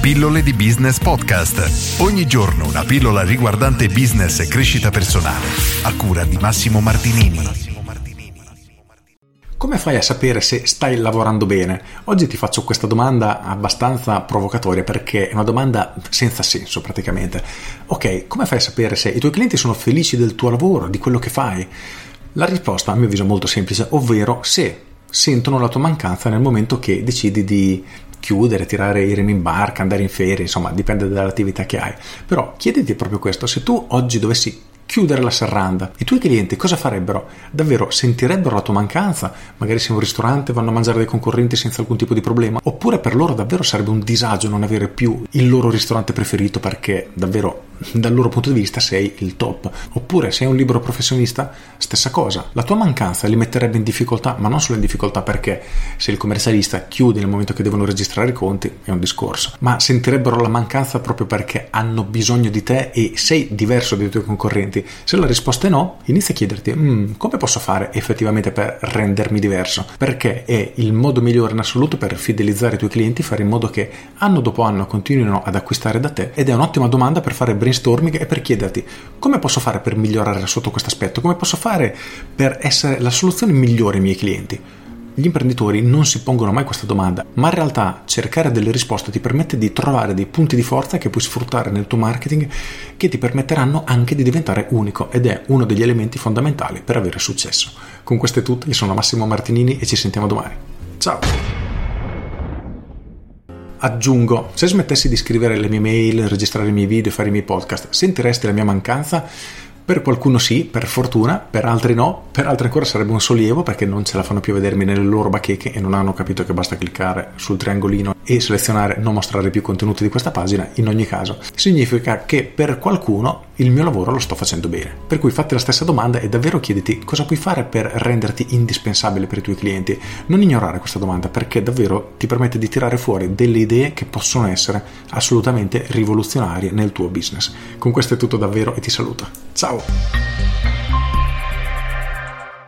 Pillole di Business Podcast. Ogni giorno una pillola riguardante business e crescita personale. A cura di Massimo Martinini. Come fai a sapere se stai lavorando bene? Oggi ti faccio questa domanda abbastanza provocatoria perché è una domanda senza senso praticamente. Ok, come fai a sapere se i tuoi clienti sono felici del tuo lavoro, di quello che fai? La risposta a mio avviso è molto semplice, ovvero se sentono la tua mancanza nel momento che decidi di chiudere, tirare i remi in barca, andare in ferie, insomma dipende dall'attività che hai. Però chiediti proprio questo, se tu oggi dovessi chiudere la serranda, i tuoi clienti cosa farebbero? Davvero sentirebbero la tua mancanza? Magari sei un ristorante, vanno a mangiare dai concorrenti senza alcun tipo di problema? Oppure per loro davvero sarebbe un disagio non avere più il loro ristorante preferito perché davvero dal loro punto di vista sei il top? Oppure sei un libero professionista? Stessa cosa, la tua mancanza li metterebbe in difficoltà, ma non solo in difficoltà perché se il commercialista chiude nel momento che devono registrare i conti è un discorso, ma sentirebbero la mancanza proprio perché hanno bisogno di te e sei diverso dai tuoi concorrenti. Se la risposta è no, inizia a chiederti come posso fare effettivamente per rendermi diverso, perché è il modo migliore in assoluto per fidelizzare i tuoi clienti, fare in modo che anno dopo anno continuino ad acquistare da te, ed è un'ottima domanda per fare brainstorming e per chiederti come posso fare per migliorare sotto questo aspetto, come posso fare per essere la soluzione migliore ai miei clienti. Gli imprenditori non si pongono mai questa domanda, ma in realtà cercare delle risposte ti permette di trovare dei punti di forza che puoi sfruttare nel tuo marketing che ti permetteranno anche di diventare unico, ed è uno degli elementi fondamentali per avere successo. Con questo è tutto, io sono Massimo Martinini e ci sentiamo domani. Ciao! Aggiungo, se smettessi di scrivere le mie mail, registrare i miei video e fare i miei podcast, sentiresti la mia mancanza? Per qualcuno sì, per fortuna, per altri no, per altri ancora sarebbe un sollievo perché non ce la fanno più a vedermi nelle loro bacheche e non hanno capito che basta cliccare sul triangolino e selezionare non mostrare più contenuti di questa pagina. In ogni caso, significa che per qualcuno il mio lavoro lo sto facendo bene. Per cui fatti la stessa domanda e davvero chiediti cosa puoi fare per renderti indispensabile per i tuoi clienti. Non ignorare questa domanda perché davvero ti permette di tirare fuori delle idee che possono essere assolutamente rivoluzionarie nel tuo business. Con questo è tutto davvero e ti saluto. Ciao!